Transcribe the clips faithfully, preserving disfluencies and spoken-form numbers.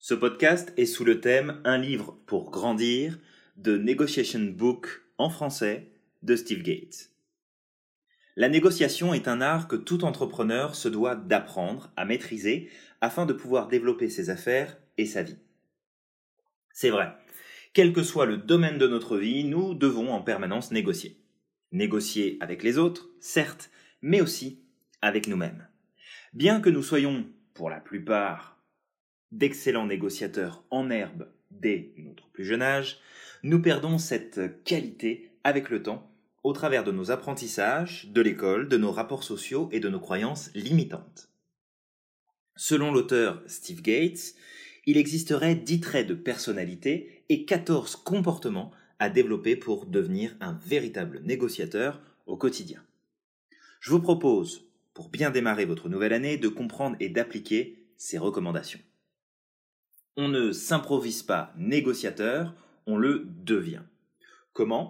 Ce podcast est sous le thème Un livre pour grandir de Negotiation Book en français de Steve Gates. La négociation est un art que tout entrepreneur se doit d'apprendre à maîtriser afin de pouvoir développer ses affaires et sa vie. C'est vrai, quel que soit le domaine de notre vie, nous devons en permanence négocier. Négocier avec les autres, certes, mais aussi avec nous-mêmes. Bien que nous soyons, pour la plupart, d'excellents négociateurs en herbe dès notre plus jeune âge, nous perdons cette qualité avec le temps au travers de nos apprentissages, de l'école, de nos rapports sociaux et de nos croyances limitantes. Selon l'auteur Steve Gates, il existerait dix traits de personnalité et quatorze comportements à développer pour devenir un véritable négociateur au quotidien. Je vous propose, pour bien démarrer votre nouvelle année, de comprendre et d'appliquer ces recommandations. On ne s'improvise pas négociateur, on le devient. Comment ?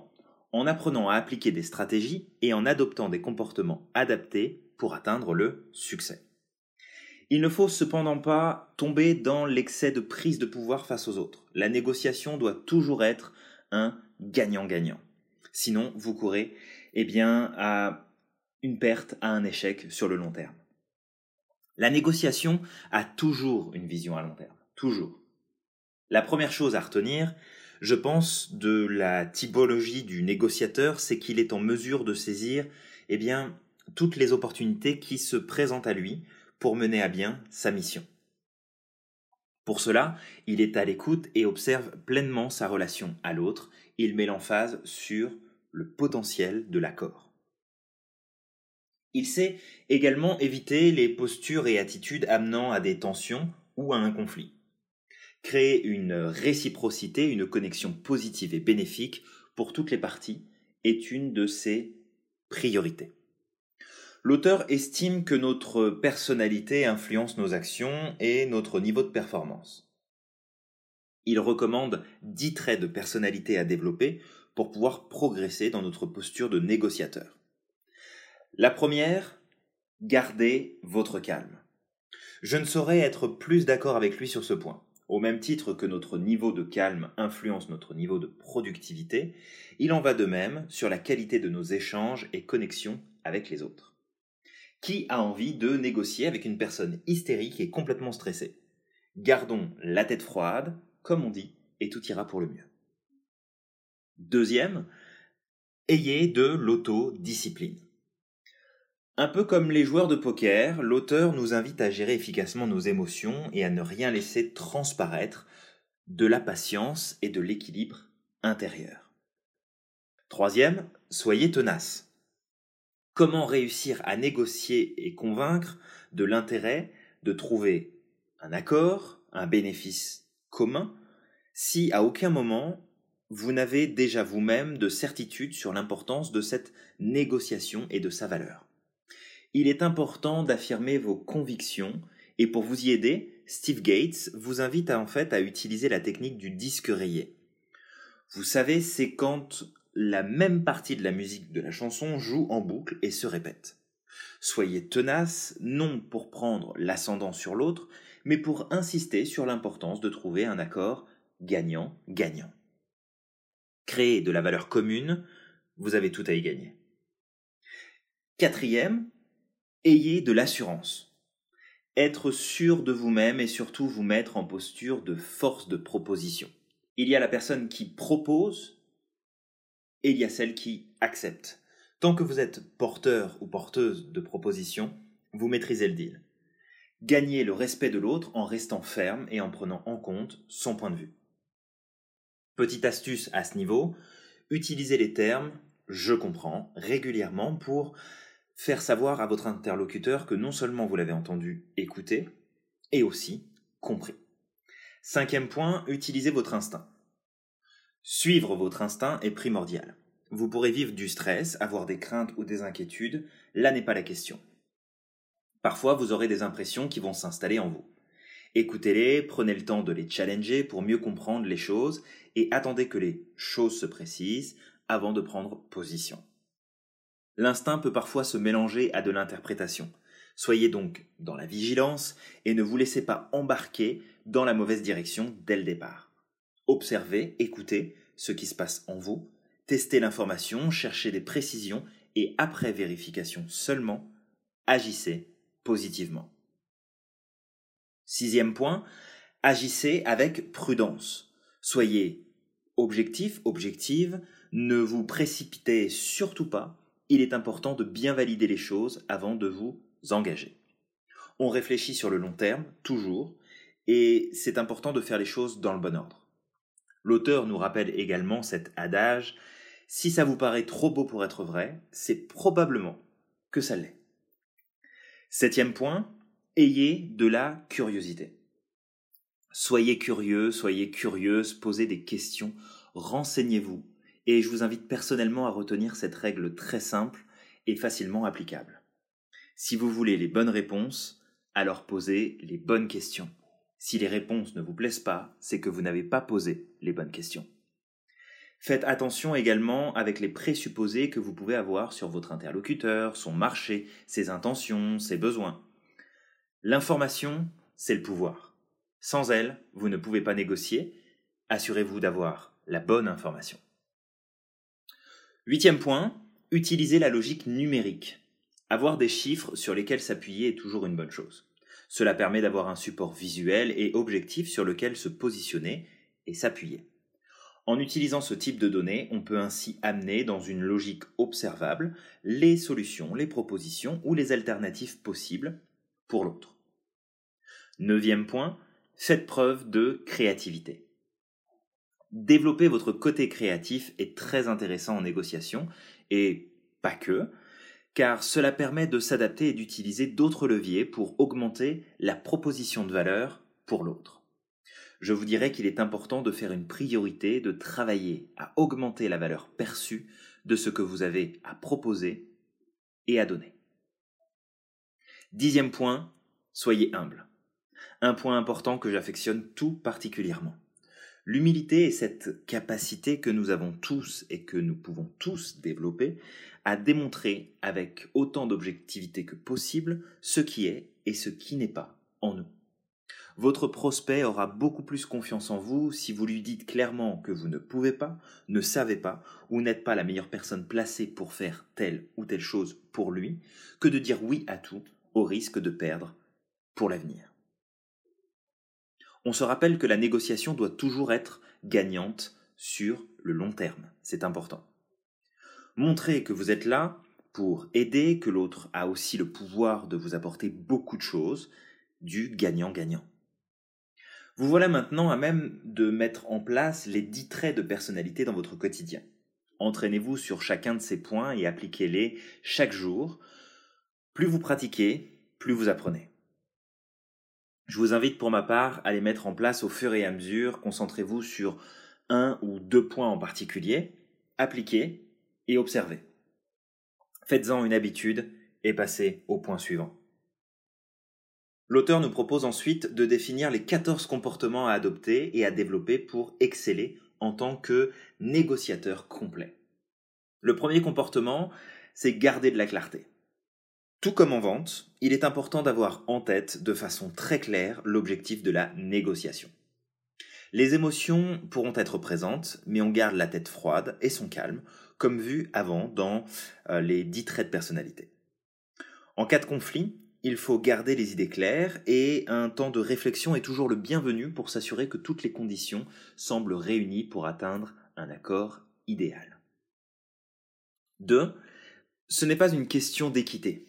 En apprenant à appliquer des stratégies et en adoptant des comportements adaptés pour atteindre le succès. Il ne faut cependant pas tomber dans l'excès de prise de pouvoir face aux autres. La négociation doit toujours être un gagnant-gagnant. Sinon, vous courez eh bien, à une perte, à un échec sur le long terme. La négociation a toujours une vision à long terme. Toujours. La première chose à retenir, je pense, de la typologie du négociateur, c'est qu'il est en mesure de saisir eh bien, toutes les opportunités qui se présentent à lui pour mener à bien sa mission. Pour cela, il est à l'écoute et observe pleinement sa relation à l'autre. Il met l'emphase sur le potentiel de l'accord. Il sait également éviter les postures et attitudes amenant à des tensions ou à un conflit. Créer une réciprocité, une connexion positive et bénéfique pour toutes les parties est une de ses priorités. L'auteur estime que notre personnalité influence nos actions et notre niveau de performance. Il recommande dix traits de personnalité à développer pour pouvoir progresser dans notre posture de négociateur. La première, gardez votre calme. Je ne saurais être plus d'accord avec lui sur ce point. Au même titre que notre niveau de calme influence notre niveau de productivité, il en va de même sur la qualité de nos échanges et connexions avec les autres. Qui a envie de négocier avec une personne hystérique et complètement stressée ? Gardons la tête froide, comme on dit, et tout ira pour le mieux. Deuxième, ayez de l'autodiscipline. Un peu comme les joueurs de poker, l'auteur nous invite à gérer efficacement nos émotions et à ne rien laisser transparaître de la patience et de l'équilibre intérieur. Troisième, soyez tenace. Comment réussir à négocier et convaincre de l'intérêt de trouver un accord, un bénéfice commun, si à aucun moment vous n'avez déjà vous-même de certitude sur l'importance de cette négociation et de sa valeur. Il est important d'affirmer vos convictions et pour vous y aider, Steve Gates vous invite à, en fait à utiliser la technique du disque rayé. Vous savez, c'est quand la même partie de la musique de la chanson joue en boucle et se répète. Soyez tenace, non pour prendre l'ascendant sur l'autre, mais pour insister sur l'importance de trouver un accord gagnant-gagnant. Créer de la valeur commune, vous avez tout à y gagner. Quatrième, ayez de l'assurance. Être sûr de vous-même et surtout vous mettre en posture de force de proposition. Il y a la personne qui propose et il y a celle qui accepte. Tant que vous êtes porteur ou porteuse de proposition, vous maîtrisez le deal. Gagnez le respect de l'autre en restant ferme et en prenant en compte son point de vue. Petite astuce à ce niveau, utilisez les termes « je comprends » régulièrement pour faire savoir à votre interlocuteur que non seulement vous l'avez entendu écouter, et aussi compris. Cinquième point, utilisez votre instinct. Suivre votre instinct est primordial. Vous pourrez vivre du stress, avoir des craintes ou des inquiétudes, là n'est pas la question. Parfois, vous aurez des impressions qui vont s'installer en vous. Écoutez-les, prenez le temps de les challenger pour mieux comprendre les choses et attendez que les choses se précisent avant de prendre position. L'instinct peut parfois se mélanger à de l'interprétation. Soyez donc dans la vigilance et ne vous laissez pas embarquer dans la mauvaise direction dès le départ. Observez, écoutez ce qui se passe en vous, testez l'information, cherchez des précisions et après vérification seulement, agissez positivement. Sixième point, agissez avec prudence. Soyez objectif, objective, ne vous précipitez surtout pas. Il est important de bien valider les choses avant de vous engager. On réfléchit sur le long terme, toujours, et c'est important de faire les choses dans le bon ordre. L'auteur nous rappelle également cet adage « Si ça vous paraît trop beau pour être vrai, c'est probablement que ça l'est ». Septième point, ayez de la curiosité. Soyez curieux, soyez curieuse, posez des questions, renseignez-vous, et je vous invite personnellement à retenir cette règle très simple et facilement applicable. Si vous voulez les bonnes réponses, alors posez les bonnes questions. Si les réponses ne vous plaisent pas, c'est que vous n'avez pas posé les bonnes questions. Faites attention également avec les présupposés que vous pouvez avoir sur votre interlocuteur, son marché, ses intentions, ses besoins. L'information, c'est le pouvoir. Sans elle, vous ne pouvez pas négocier. Assurez-vous d'avoir la bonne information. Huitième point, utilisez la logique numérique. Avoir des chiffres sur lesquels s'appuyer est toujours une bonne chose. Cela permet d'avoir un support visuel et objectif sur lequel se positionner et s'appuyer. En utilisant ce type de données, on peut ainsi amener dans une logique observable les solutions, les propositions ou les alternatives possibles pour l'autre. Neuvième point, faites preuve de créativité. Développer votre côté créatif est très intéressant en négociation, et pas que, car cela permet de s'adapter et d'utiliser d'autres leviers pour augmenter la proposition de valeur pour l'autre. Je vous dirais qu'il est important de faire une priorité, de travailler à augmenter la valeur perçue de ce que vous avez à proposer et à donner. Dixième point, soyez humble. Un point important que j'affectionne tout particulièrement. L'humilité est cette capacité que nous avons tous et que nous pouvons tous développer à démontrer avec autant d'objectivité que possible ce qui est et ce qui n'est pas en nous. Votre prospect aura beaucoup plus confiance en vous si vous lui dites clairement que vous ne pouvez pas, ne savez pas ou n'êtes pas la meilleure personne placée pour faire telle ou telle chose pour lui, que de dire oui à tout au risque de perdre pour l'avenir. On se rappelle que la négociation doit toujours être gagnante sur le long terme. C'est important. Montrez que vous êtes là pour aider, que l'autre a aussi le pouvoir de vous apporter beaucoup de choses, du gagnant-gagnant. Vous voilà maintenant à même de mettre en place les dix traits de personnalité dans votre quotidien. Entraînez-vous sur chacun de ces points et appliquez-les chaque jour. Plus vous pratiquez, plus vous apprenez. Je vous invite pour ma part à les mettre en place au fur et à mesure. Concentrez-vous sur un ou deux points en particulier, appliquez et observez. Faites-en une habitude et passez au point suivant. L'auteur nous propose ensuite de définir les quatorze comportements à adopter et à développer pour exceller en tant que négociateur complet. Le premier comportement, c'est garder de la clarté. Tout comme en vente, il est important d'avoir en tête de façon très claire l'objectif de la négociation. Les émotions pourront être présentes, mais on garde la tête froide et son calme, comme vu avant dans euh, les dix traits de personnalité. En cas de conflit, il faut garder les idées claires et un temps de réflexion est toujours le bienvenu pour s'assurer que toutes les conditions semblent réunies pour atteindre un accord idéal. deux. Ce n'est pas une question d'équité.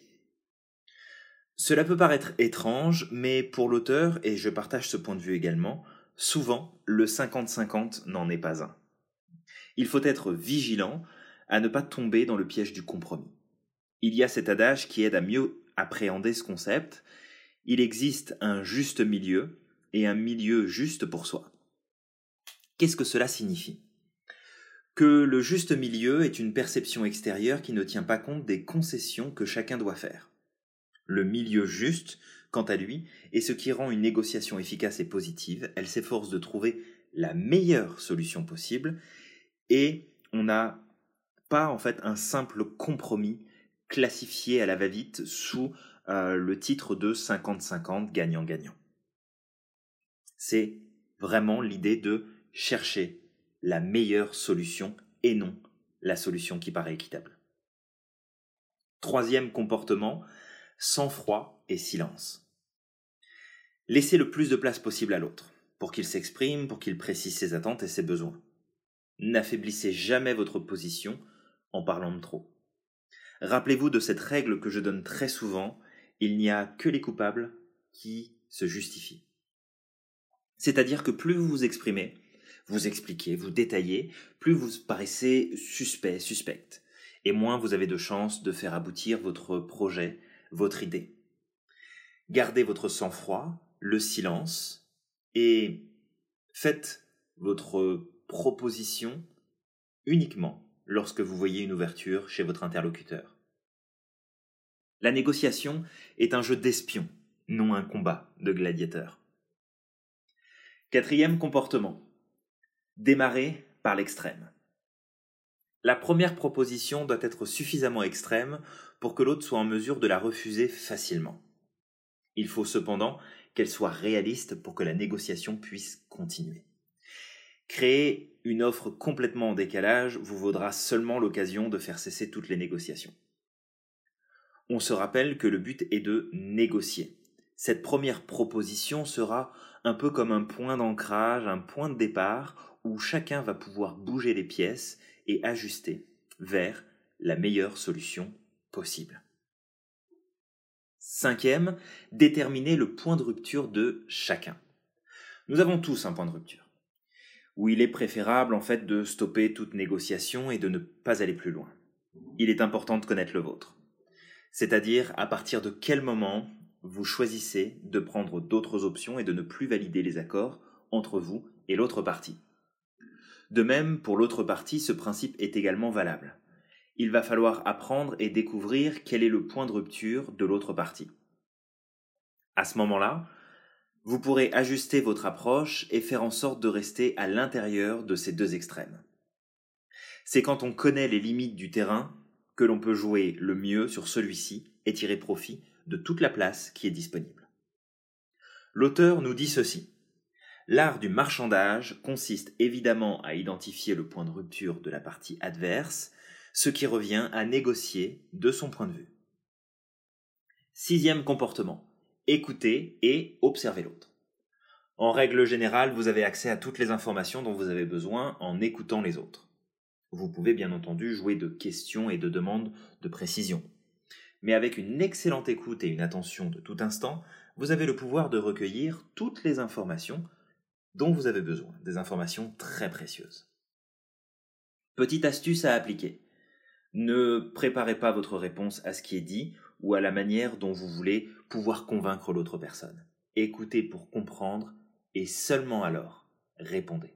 Cela peut paraître étrange, mais pour l'auteur, et je partage ce point de vue également, souvent le cinquante cinquante n'en est pas un. Il faut être vigilant à ne pas tomber dans le piège du compromis. Il y a cet adage qui aide à mieux appréhender ce concept. Il existe un juste milieu et un milieu juste pour soi. Qu'est-ce que cela signifie ? Que le juste milieu est une perception extérieure qui ne tient pas compte des concessions que chacun doit faire. Le milieu juste, quant à lui, est ce qui rend une négociation efficace et positive. Elle s'efforce de trouver la meilleure solution possible et on n'a pas en fait un simple compromis classifié à la va-vite sous euh, le titre de cinquante cinquante gagnant-gagnant. C'est vraiment l'idée de chercher la meilleure solution et non la solution qui paraît équitable. Troisième comportement, sang-froid et silence. Laissez le plus de place possible à l'autre, pour qu'il s'exprime, pour qu'il précise ses attentes et ses besoins. N'affaiblissez jamais votre position en parlant de trop. Rappelez-vous de cette règle que je donne très souvent, il n'y a que les coupables qui se justifient. C'est-à-dire que plus vous vous exprimez, vous expliquez, vous détaillez, plus vous paraissez suspect, suspecte, et moins vous avez de chances de faire aboutir votre projet, votre idée. Gardez votre sang-froid, le silence, et faites votre proposition uniquement lorsque vous voyez une ouverture chez votre interlocuteur. La négociation est un jeu d'espion, non un combat de gladiateurs. Quatrième comportement. Démarrer par l'extrême. La première proposition doit être suffisamment extrême pour que l'autre soit en mesure de la refuser facilement. Il faut cependant qu'elle soit réaliste pour que la négociation puisse continuer. Créer une offre complètement en décalage vous vaudra seulement l'occasion de faire cesser toutes les négociations. On se rappelle que le but est de négocier. Cette première proposition sera un peu comme un point d'ancrage, un point de départ où chacun va pouvoir bouger les pièces et ajuster vers la meilleure solution possible. Cinquième, déterminer le point de rupture de chacun. Nous avons tous un point de rupture, où il est préférable en fait de stopper toute négociation et de ne pas aller plus loin. Il est important de connaître le vôtre, c'est-à-dire à partir de quel moment vous choisissez de prendre d'autres options et de ne plus valider les accords entre vous et l'autre partie. De même, pour l'autre partie, ce principe est également valable. Il va falloir apprendre et découvrir quel est le point de rupture de l'autre partie. À ce moment-là, vous pourrez ajuster votre approche et faire en sorte de rester à l'intérieur de ces deux extrêmes. C'est quand on connaît les limites du terrain que l'on peut jouer le mieux sur celui-ci et tirer profit de toute la place qui est disponible. L'auteur nous dit ceci. L'art du marchandage consiste évidemment à identifier le point de rupture de la partie adverse, ce qui revient à négocier de son point de vue. Sixième comportement, écouter et observer l'autre. En règle générale, vous avez accès à toutes les informations dont vous avez besoin en écoutant les autres. Vous pouvez bien entendu jouer de questions et de demandes de précision. Mais avec une excellente écoute et une attention de tout instant, vous avez le pouvoir de recueillir toutes les informations dont vous avez besoin, des informations très précieuses. Petite astuce à appliquer. Ne préparez pas votre réponse à ce qui est dit ou à la manière dont vous voulez pouvoir convaincre l'autre personne. Écoutez pour comprendre et seulement alors répondez.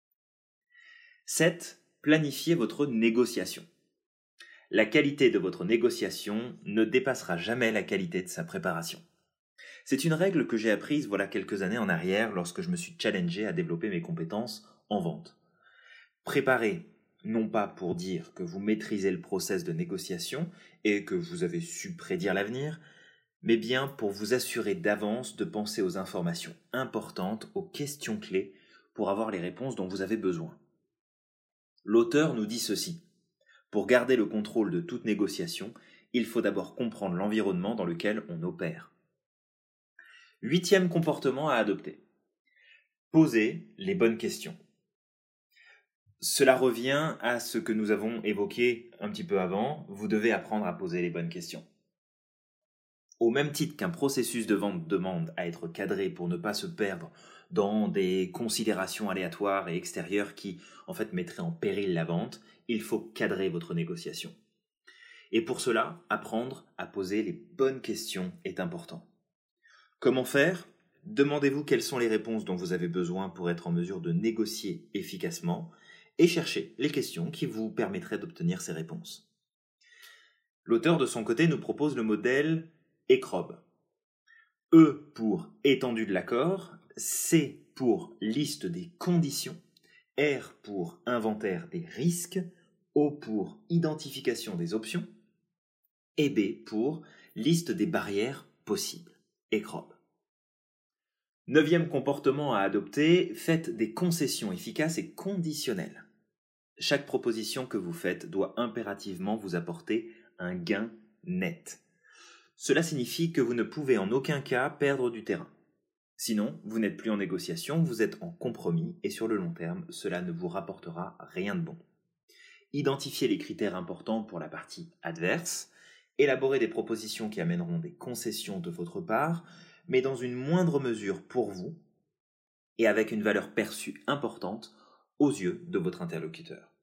sept. Planifiez votre négociation. La qualité de votre négociation ne dépassera jamais la qualité de sa préparation. C'est une règle que j'ai apprise voilà quelques années en arrière lorsque je me suis challengé à développer mes compétences en vente. Préparez, non pas pour dire que vous maîtrisez le process de négociation et que vous avez su prédire l'avenir, mais bien pour vous assurer d'avance de penser aux informations importantes, aux questions clés pour avoir les réponses dont vous avez besoin. L'auteur nous dit ceci. Pour garder le contrôle de toute négociation, il faut d'abord comprendre l'environnement dans lequel on opère. Huitième comportement à adopter. Posez les bonnes questions. Cela revient à ce que nous avons évoqué un petit peu avant, vous devez apprendre à poser les bonnes questions. Au même titre qu'un processus de vente demande à être cadré pour ne pas se perdre dans des considérations aléatoires et extérieures qui, en fait, mettraient en péril la vente, il faut cadrer votre négociation. Et pour cela, apprendre à poser les bonnes questions est important. Comment faire ? Demandez-vous quelles sont les réponses dont vous avez besoin pour être en mesure de négocier efficacement et cherchez les questions qui vous permettraient d'obtenir ces réponses. L'auteur, de son côté, nous propose le modèle E C R O B. E pour étendue de l'accord, C pour liste des conditions, R pour inventaire des risques, O pour identification des options, et B pour Liste des barrières possibles. Écrobe. Neuvième comportement à adopter, faites des concessions efficaces et conditionnelles. Chaque proposition que vous faites doit impérativement vous apporter un gain net. Cela signifie que vous ne pouvez en aucun cas perdre du terrain. Sinon, vous n'êtes plus en négociation, vous êtes en compromis et sur le long terme, cela ne vous rapportera rien de bon. Identifiez les critères importants pour la partie adverse, élaborez des propositions qui amèneront des concessions de votre part, mais dans une moindre mesure pour vous et avec une valeur perçue importante aux yeux de votre interlocuteur.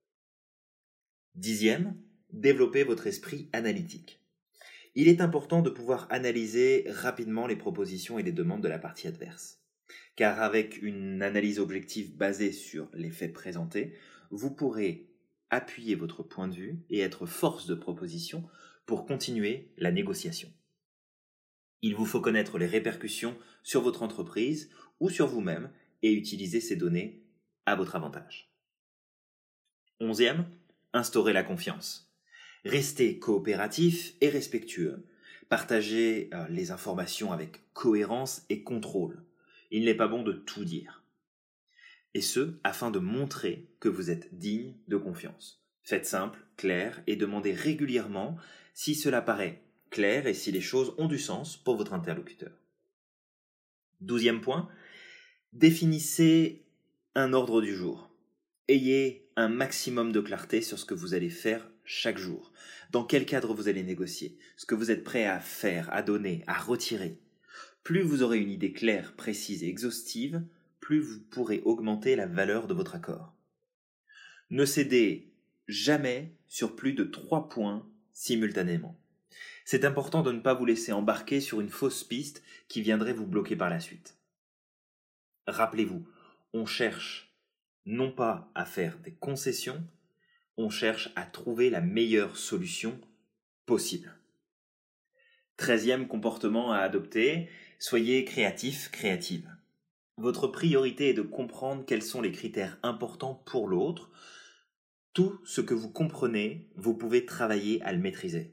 Dixième, développez votre esprit analytique. Il est important de pouvoir analyser rapidement les propositions et les demandes de la partie adverse, car avec une analyse objective basée sur les faits présentés, vous pourrez appuyer votre point de vue et être force de proposition pour continuer la négociation. Il vous faut connaître les répercussions sur votre entreprise ou sur vous-même et utiliser ces données à votre avantage. Onzième, instaurez la confiance. Restez coopératif et respectueux. Partagez euh, les informations avec cohérence et contrôle. Il n'est pas bon de tout dire. Et ce, afin de montrer que vous êtes digne de confiance. Faites simple, clair et demandez régulièrement si cela paraît clair et si les choses ont du sens pour votre interlocuteur. Douzième point, définissez un ordre du jour. Ayez un maximum de clarté sur ce que vous allez faire chaque jour, dans quel cadre vous allez négocier, ce que vous êtes prêt à faire, à donner, à retirer. Plus vous aurez une idée claire, précise et exhaustive, plus vous pourrez augmenter la valeur de votre accord. Ne cédez jamais sur plus de trois points simultanément. C'est important de ne pas vous laisser embarquer sur une fausse piste qui viendrait vous bloquer par la suite. Rappelez-vous, on cherche non pas à faire des concessions, on cherche à trouver la meilleure solution possible. Treizième comportement à adopter, soyez créatif, créative. Votre priorité est de comprendre quels sont les critères importants pour l'autre. Tout ce que vous comprenez, vous pouvez travailler à le maîtriser.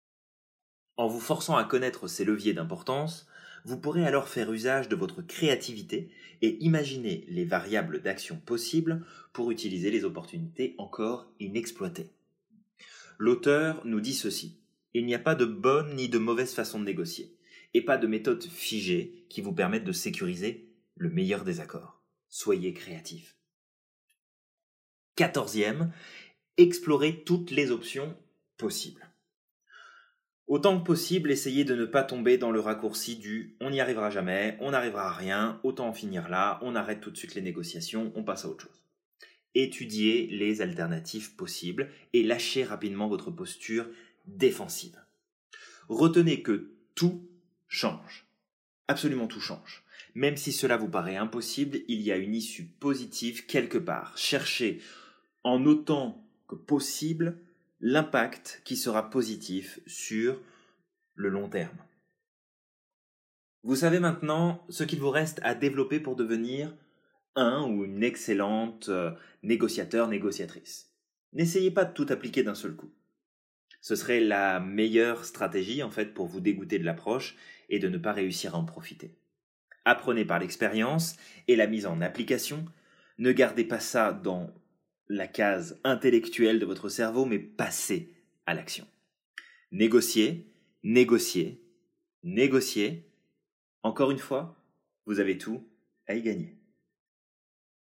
En vous forçant à connaître ces leviers d'importance, vous pourrez alors faire usage de votre créativité et imaginer les variables d'action possibles pour utiliser les opportunités encore inexploitées. L'auteur nous dit ceci: il n'y a pas de bonne ni de mauvaise façon de négocier, et pas de méthode figée qui vous permette de sécuriser le meilleur des accords. Soyez créatif. Quatorzième, explorez toutes les options possibles. Autant que possible, essayez de ne pas tomber dans le raccourci du « on n'y arrivera jamais, on n'arrivera à rien, autant en finir là, on arrête tout de suite les négociations, on passe à autre chose ». Étudiez les alternatives possibles et lâchez rapidement votre posture défensive. Retenez que tout change, absolument tout change. Même si cela vous paraît impossible, il y a une issue positive quelque part. Cherchez en autant que possible l'impact qui sera positif sur le long terme. Vous savez maintenant ce qu'il vous reste à développer pour devenir un ou une excellente euh, négociateur, négociatrice. N'essayez pas de tout appliquer d'un seul coup. Ce serait la meilleure stratégie en fait pour vous dégoûter de l'approche et de ne pas réussir à en profiter. Apprenez par l'expérience et la mise en application. Ne gardez pas ça dans la case intellectuelle de votre cerveau, mais passez à l'action. Négociez, négociez, négociez. Encore une fois, vous avez tout à y gagner.